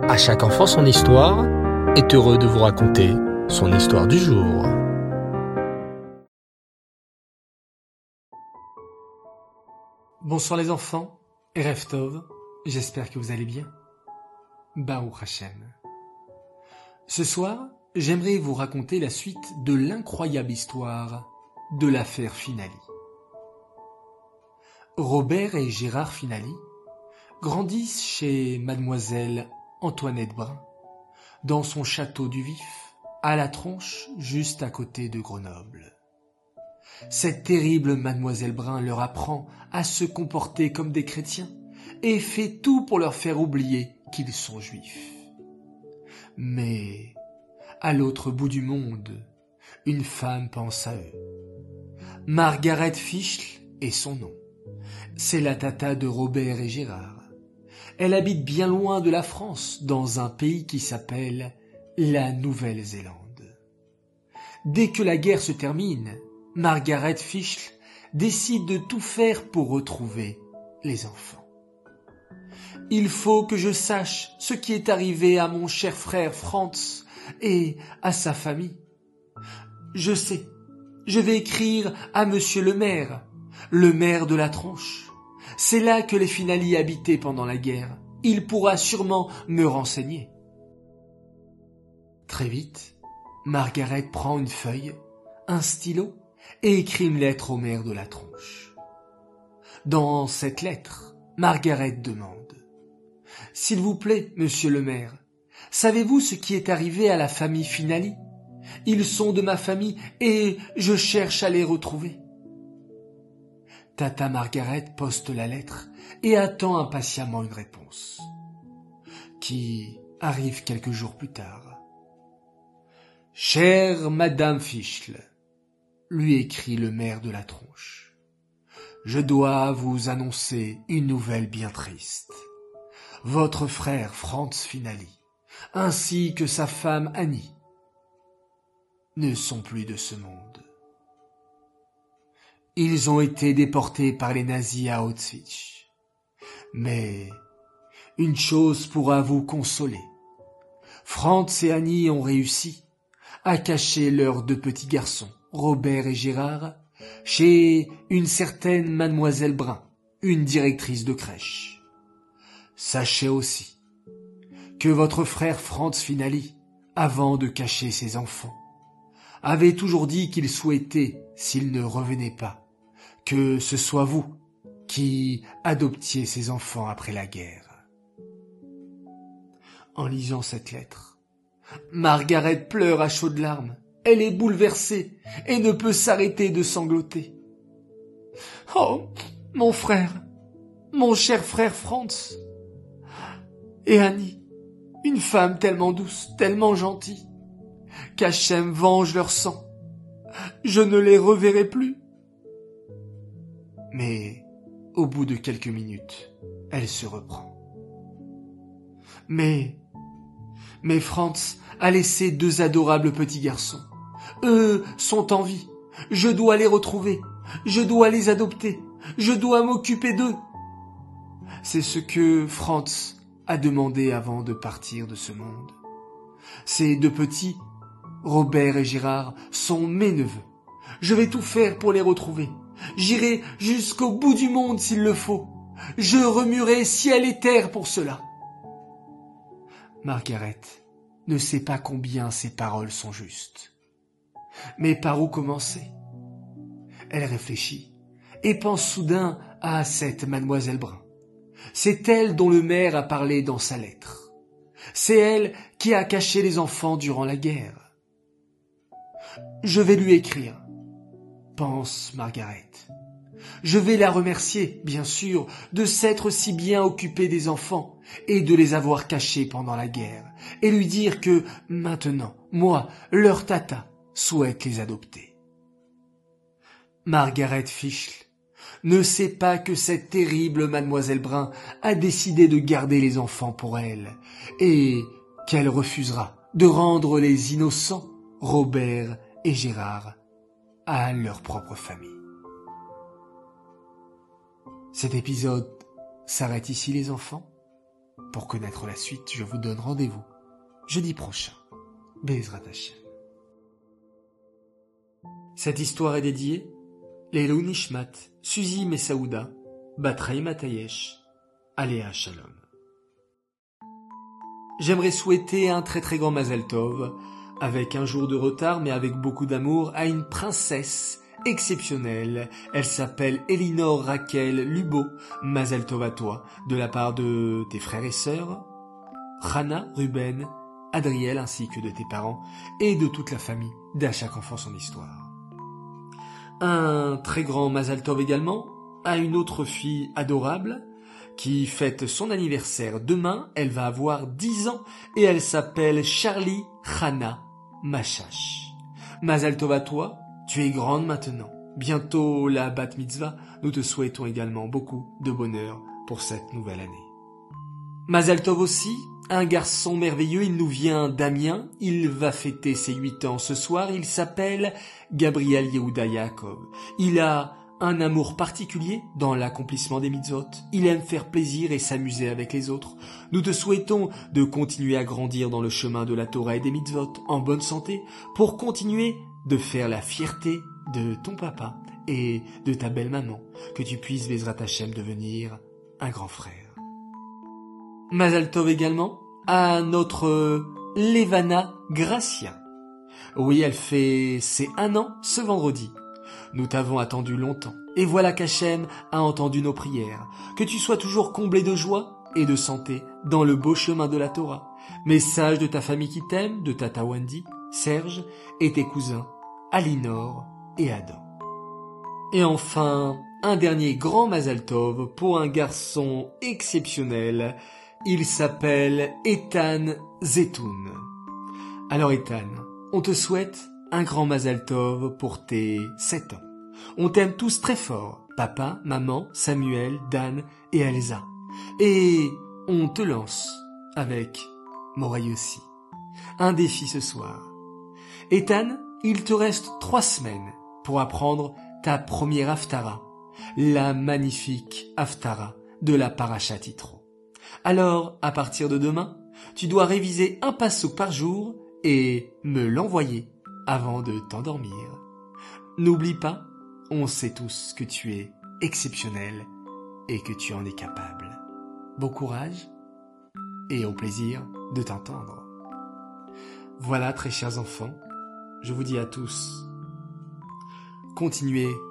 À chaque enfant son histoire est heureux de vous raconter son histoire du jour. Bonsoir les enfants, Erev Tov, j'espère que vous allez bien. Baruch Hashem. Ce soir, j'aimerais vous raconter la suite de l'incroyable histoire de l'affaire Finali. Robert et Gérard Finali grandissent chez mademoiselle Antoinette Brun, dans son château du Vif, à la Tronche, juste à côté de Grenoble. Cette terrible mademoiselle Brun leur apprend à se comporter comme des chrétiens et fait tout pour leur faire oublier qu'ils sont juifs. Mais, à l'autre bout du monde, une femme pense à eux. Margaret Fischl est son nom. C'est la tata de Robert et Gérard. Elle habite bien loin de la France, dans un pays qui s'appelle la Nouvelle-Zélande. Dès que la guerre se termine, Margaret Fischl décide de tout faire pour retrouver les enfants. Il faut que je sache ce qui est arrivé à mon cher frère Franz et à sa famille. Je sais, je vais écrire à monsieur le maire de la Tronche. C'est là que les Finali habitaient pendant la guerre. Il pourra sûrement me renseigner. Très vite, Margaret prend une feuille, un stylo et écrit une lettre au maire de la Tronche. Dans cette lettre, Margaret demande « S'il vous plaît, monsieur le maire, savez-vous ce qui est arrivé à la famille Finali ? Ils sont de ma famille et je cherche à les retrouver. » Tata Margaret poste la lettre et attend impatiemment une réponse, qui arrive quelques jours plus tard. « Chère Madame Fischl, lui écrit le maire de la Tronche, je dois vous annoncer une nouvelle bien triste. Votre frère Franz Finali, ainsi que sa femme Annie, ne sont plus de ce monde. Ils ont été déportés par les nazis à Auschwitz. Mais une chose pourra vous consoler. Franz et Annie ont réussi à cacher leurs deux petits garçons, Robert et Gérard, chez une certaine mademoiselle Brun, une directrice de crèche. Sachez aussi que votre frère Franz Finali, avant de cacher ses enfants, avait toujours dit qu'il souhaitait, s'il ne revenait pas, que ce soit vous qui adoptiez ses enfants après la guerre. En lisant cette lettre, Margaret pleure à chaudes larmes. Elle est bouleversée et ne peut s'arrêter de sangloter. « Oh, mon frère, mon cher frère Franz, et Annie, une femme tellement douce, tellement gentille, qu'Hachem venge leur sang. Je ne les reverrai plus. » Mais, au bout de quelques minutes, elle se reprend. Mais Franz a laissé deux adorables petits garçons. Eux sont en vie. Je dois les retrouver. Je dois les adopter. Je dois m'occuper d'eux. C'est ce que Franz a demandé avant de partir de ce monde. Ces deux petits, Robert et Gérard, sont mes neveux. Je vais tout faire pour les retrouver. J'irai jusqu'au bout du monde s'il le faut. Je remuerai ciel et terre pour cela. Margaret ne sait pas combien ces paroles sont justes. Mais par où commencer ? Elle réfléchit et pense soudain à cette mademoiselle Brun. C'est elle dont le maire a parlé dans sa lettre. C'est elle qui a caché les enfants durant la guerre. Je vais lui écrire, pense Margaret. Je vais la remercier, bien sûr, de s'être si bien occupée des enfants et de les avoir cachés pendant la guerre, et lui dire que, maintenant, moi, leur tata, souhaite les adopter. Margaret Fischl ne sait pas que cette terrible mademoiselle Brun a décidé de garder les enfants pour elle, et qu'elle refusera de rendre les innocents, Robert et Gérard, à leur propre famille. Cet épisode s'arrête ici les enfants. Pour connaître la suite, je vous donne rendez-vous jeudi prochain. Be'ezrat Hashem. Cette histoire est dédiée Leilou Nishmat, Suzy Messaouda, Bat Chaim Atayesh, Aléa Shalom. J'aimerais souhaiter un très grand Mazal Tov, avec un jour de retard mais avec beaucoup d'amour, à une princesse exceptionnelle. Elle s'appelle Elinor Raquel Lubo. Mazal Tov à toi, de la part de tes frères et sœurs, Hana, Ruben, Adriel ainsi que de tes parents et de toute la famille d'À chaque enfant son histoire. Un très grand Mazal Tov également à une autre fille adorable qui fête son anniversaire demain. Elle va avoir 10 ans et elle s'appelle Charlie Hana Machash. Mazal Tov à toi, tu es grande maintenant. Bientôt la bat mitzvah, nous te souhaitons également beaucoup de bonheur pour cette nouvelle année. Mazal Tov aussi, un garçon merveilleux, il nous vient d'Amiens, il va fêter ses 8 ans ce soir, il s'appelle Gabriel Yehuda Yaakov. Il a un amour particulier dans l'accomplissement des mitzvot, il aime faire plaisir et s'amuser avec les autres. Nous te souhaitons de continuer à grandir dans le chemin de la Torah et des mitzvot en bonne santé pour continuer de faire la fierté de ton papa et de ta belle maman, que tu puisses Be'ezrat Hashem devenir un grand frère. Mazal Tov également à notre Levana Gracia. Oui, elle fait ses 1 an ce vendredi. Nous t'avons attendu longtemps. Et voilà qu'Hachem a entendu nos prières. Que tu sois toujours comblé de joie et de santé dans le beau chemin de la Torah. Message de ta famille qui t'aime, de Tata Wendy, Serge et tes cousins, Alinor et Adam. Et enfin, un dernier grand Mazal Tov pour un garçon exceptionnel. Il s'appelle Ethan Zetoun. Alors Ethan, on te souhaite un grand Mazal Tov pour tes 7 ans. On t'aime tous très fort, papa, maman, Samuel, Dan et Elsa. Et on te lance, avec Moreille aussi, un défi ce soir. Ethan, il te reste 3 semaines pour apprendre ta première Haftara, la magnifique Haftara de la Parashat Yitro. Alors, à partir de demain, tu dois réviser un passouk par jour et me l'envoyer avant de t'endormir. N'oublie pas, on sait tous que tu es exceptionnel et que tu en es capable. Bon courage et au plaisir de t'entendre. Voilà, très chers enfants, je vous dis à tous, continuez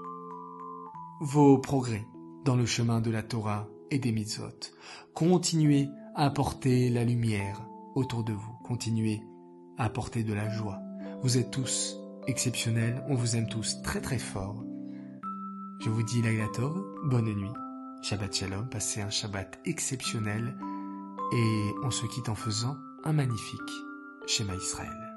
vos progrès dans le chemin de la Torah et des mitzvot. Continuez à apporter la lumière autour de vous. Continuez à apporter de la joie. Vous êtes tous exceptionnels. On vous aime tous très très fort. Je vous dis Laila Tov, bonne nuit. Shabbat Shalom, passez un Shabbat exceptionnel. Et on se quitte en faisant un magnifique Shema Israël.